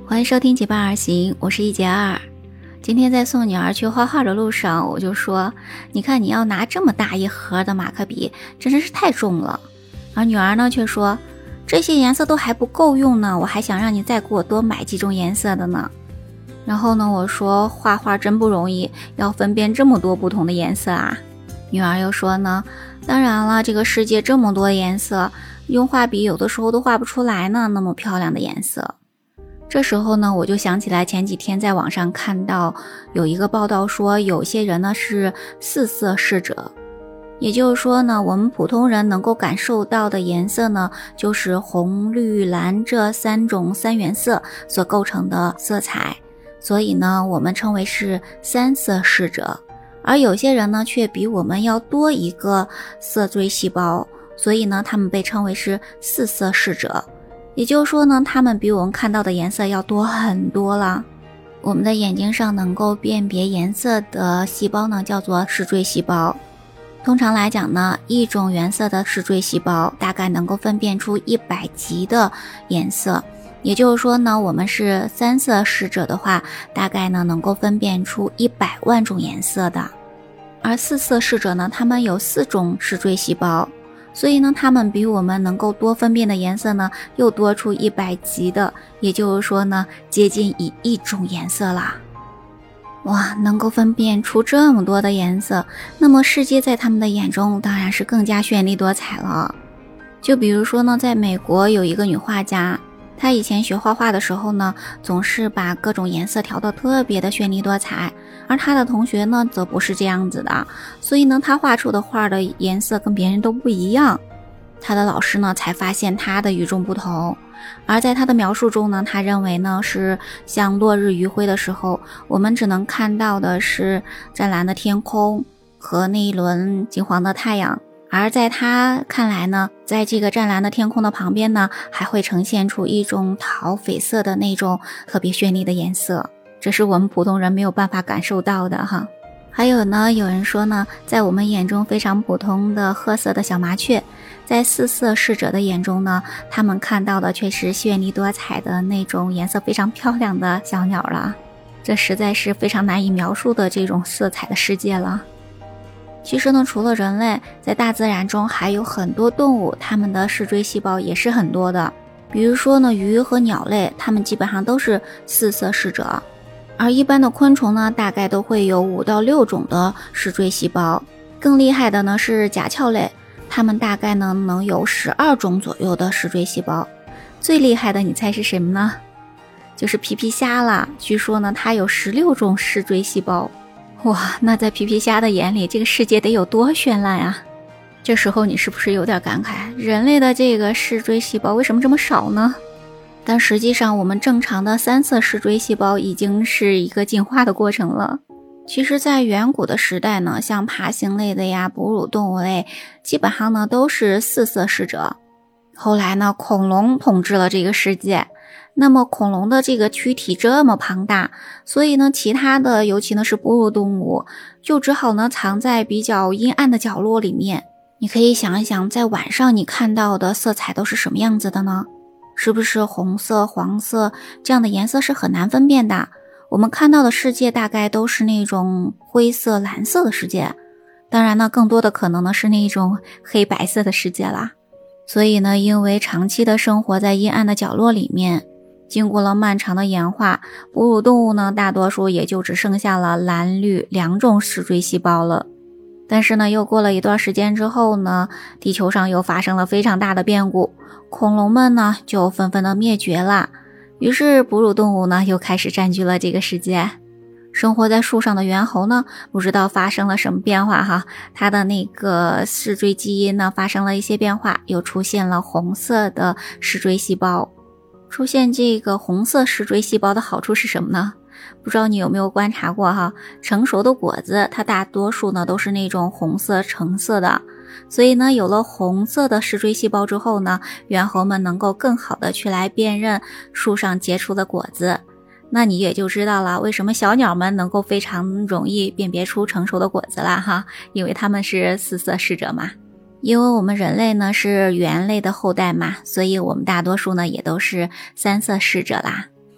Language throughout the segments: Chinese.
欢迎收听结伴而行，我是一节二。今天在送女儿去画画的路上，我就说，你看你要拿这么大一盒的马克笔，真是太重了。而女儿呢却说，这些颜色都还不够用呢，我还想让你再给我多买几种颜色的呢。然后呢，我说画画真不容易，要分辨这么多不同的颜色啊。女儿又说呢，当然了，这个世界这么多颜色，用画笔有的时候都画不出来呢，那么漂亮的颜色。这时候呢，我就想起来前几天在网上看到有一个报道说，有些人呢是四色视者，也就是说呢，我们普通人能够感受到的颜色呢，就是红、绿、蓝这三种三原色所构成的色彩，所以呢，我们称为是三色视者。而有些人呢，却比我们要多一个色锥细胞，所以呢，他们被称为是四色视者。也就是说呢，他们比我们看到的颜色要多很多了。我们的眼睛上能够辨别颜色的细胞呢，叫做视锥细胞。通常来讲呢，一种原色的视锥细胞大概能够分辨出100级的颜色。也就是说呢，我们是三色视者的话，大概呢能够分辨出100万种颜色的。而四色视者呢，他们有4种视锥细胞，所以呢，他们比我们能够多分辨的颜色呢，又多出100级的，也就是说呢，接近以1种颜色啦。哇，能够分辨出这么多的颜色，那么世界在他们的眼中当然是更加绚丽多彩了。就比如说呢，在美国有一个女画家，她以前学画画的时候呢，总是把各种颜色调得特别的绚丽多彩，而她的同学呢，则不是这样子的，所以呢，她画出的画的颜色跟别人都不一样。她的老师呢，才发现她的与众不同。而在她的描述中呢，她认为呢，是像落日余晖的时候，我们只能看到的是湛蓝的天空和那一轮金黄的太阳。而在他看来呢，在这个湛蓝的天空的旁边呢，还会呈现出一种桃绯色的那种特别绚丽的颜色，这是我们普通人没有办法感受到的哈。还有呢，有人说呢，在我们眼中非常普通的褐色的小麻雀，在四色视者的眼中呢，他们看到的却是绚丽多彩的那种颜色非常漂亮的小鸟了。这实在是非常难以描述的这种色彩的世界了。其实呢，除了人类，在大自然中还有很多动物，它们的视锥细胞也是很多的。比如说呢，鱼和鸟类，它们基本上都是四色视者。而一般的昆虫呢，大概都会有5到6种的视锥细胞。更厉害的呢是甲壳类，它们大概呢能有12种左右的视锥细胞。最厉害的你猜是什么呢？就是皮皮虾啦，据说呢它有16种视锥细胞。哇，那在皮皮虾的眼里，这个世界得有多绚烂啊！这时候你是不是有点感慨，人类的这个视锥细胞为什么这么少呢？但实际上我们正常的3色视锥细胞已经是一个进化的过程了。其实在远古的时代呢，像爬行类的呀、哺乳动物类，基本上呢都是4色视者。后来呢，恐龙统治了这个世界。那么恐龙的这个躯体这么庞大，所以呢，其他的尤其呢是哺乳动物，就只好呢藏在比较阴暗的角落里面。你可以想一想，在晚上你看到的色彩都是什么样子的呢？是不是红色、黄色这样的颜色是很难分辨的？我们看到的世界大概都是那种灰色、蓝色的世界，当然呢，更多的可能呢是那种黑白色的世界啦。所以呢，因为长期的生活在阴暗的角落里面，经过了漫长的演化，哺乳动物呢，大多数也就只剩下了蓝绿2种视锥细胞了。但是呢，又过了一段时间之后呢，地球上又发生了非常大的变故，恐龙们呢就纷纷的灭绝了。于是哺乳动物呢又开始占据了这个世界。生活在树上的猿猴呢，不知道发生了什么变化哈，它的那个视锥基因呢发生了一些变化，又出现了红色的视锥细胞。出现这个红色视锥细胞的好处是什么呢？不知道你有没有观察过哈，成熟的果子它大多数呢都是那种红色橙色的，所以呢有了红色的视锥细胞之后呢，猿猴们能够更好的去来辨认树上结出的果子。那你也就知道了为什么小鸟们能够非常容易辨别出成熟的果子了哈，因为它们是4色视者嘛。因为我们人类呢是猿类的后代嘛，所以我们大多数呢也都是3色视者啦。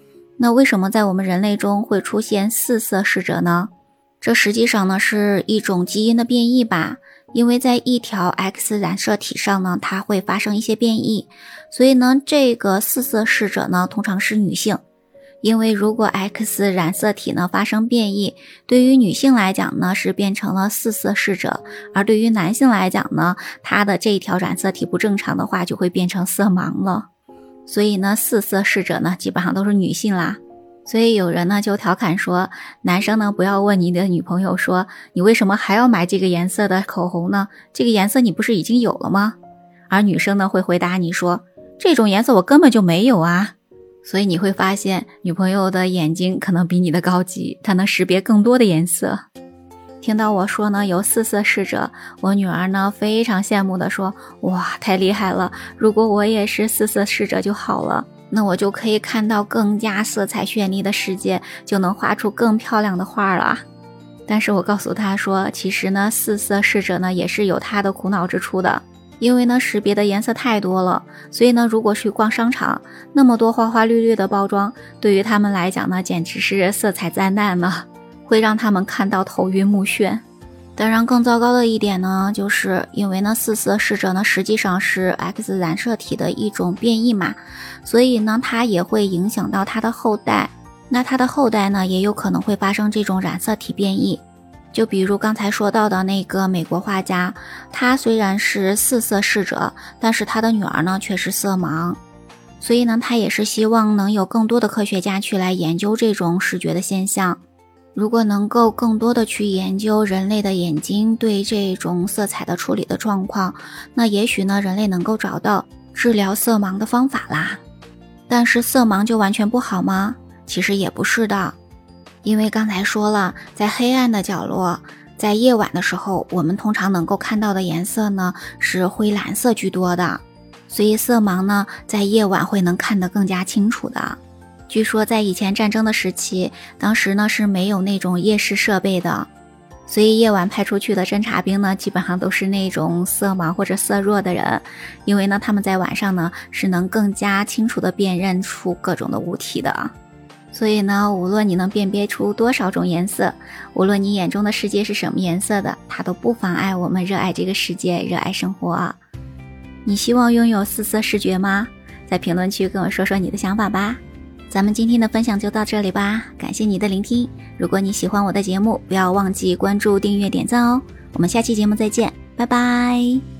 那为什么在我们人类中会出现四色侍者呢？这实际上呢是一种基因的变异吧，因为在一条 X 染色体上呢，它会发生一些变异，所以呢这个四色侍者呢通常是女性。因为如果 X 染色体呢发生变异，对于女性来讲呢是变成了四色侍者，而对于男性来讲呢，他的这一条染色体不正常的话就会变成色盲了。所以呢四色侍者呢基本上都是女性啦。所以有人呢就调侃说，男生呢不要问你的女朋友说，你为什么还要买这个颜色的口红呢？这个颜色你不是已经有了吗？而女生呢会回答你说，这种颜色我根本就没有啊。所以你会发现女朋友的眼睛可能比你的高级，她能识别更多的颜色。听到我说呢有四色侍者，我女儿呢非常羡慕的说，哇，太厉害了，如果我也是四色侍者就好了，那我就可以看到更加色彩绚丽的世界，就能画出更漂亮的画了。但是我告诉她说，其实呢四色侍者呢也是有它的苦恼之处的。因为呢识别的颜色太多了，所以呢如果去逛商场，那么多花花绿绿的包装，对于他们来讲呢简直是色彩灾难了，会让他们看到头晕目眩。当然更糟糕的一点呢，就是因为呢四色侍者呢实际上是 X 染色体的一种变异嘛，所以呢它也会影响到它的后代，那它的后代呢也有可能会发生这种染色体变异。就比如刚才说到的那个美国画家，他虽然是四色侍者，但是他的女儿呢却是色盲，所以呢他也是希望能有更多的科学家去来研究这种视觉的现象。如果能够更多的去研究人类的眼睛对这种色彩的处理的状况，那也许呢人类能够找到治疗色盲的方法啦。但是色盲就完全不好吗？其实也不是的。因为刚才说了，在黑暗的角落，在夜晚的时候，我们通常能够看到的颜色呢是灰蓝色居多的，所以色盲呢在夜晚会能看得更加清楚的。据说在以前战争的时期，当时呢是没有那种夜视设备的，所以夜晚派出去的侦察兵呢基本上都是那种色盲或者色弱的人，因为呢他们在晚上呢是能更加清楚地辨认出各种的物体的。所以呢，无论你能辨别出多少种颜色，无论你眼中的世界是什么颜色的，它都不妨碍我们热爱这个世界，热爱生活。你希望拥有四色视觉吗？在评论区跟我说说你的想法吧。咱们今天的分享就到这里吧，感谢你的聆听。如果你喜欢我的节目，不要忘记关注、订阅、点赞哦。我们下期节目再见，拜拜。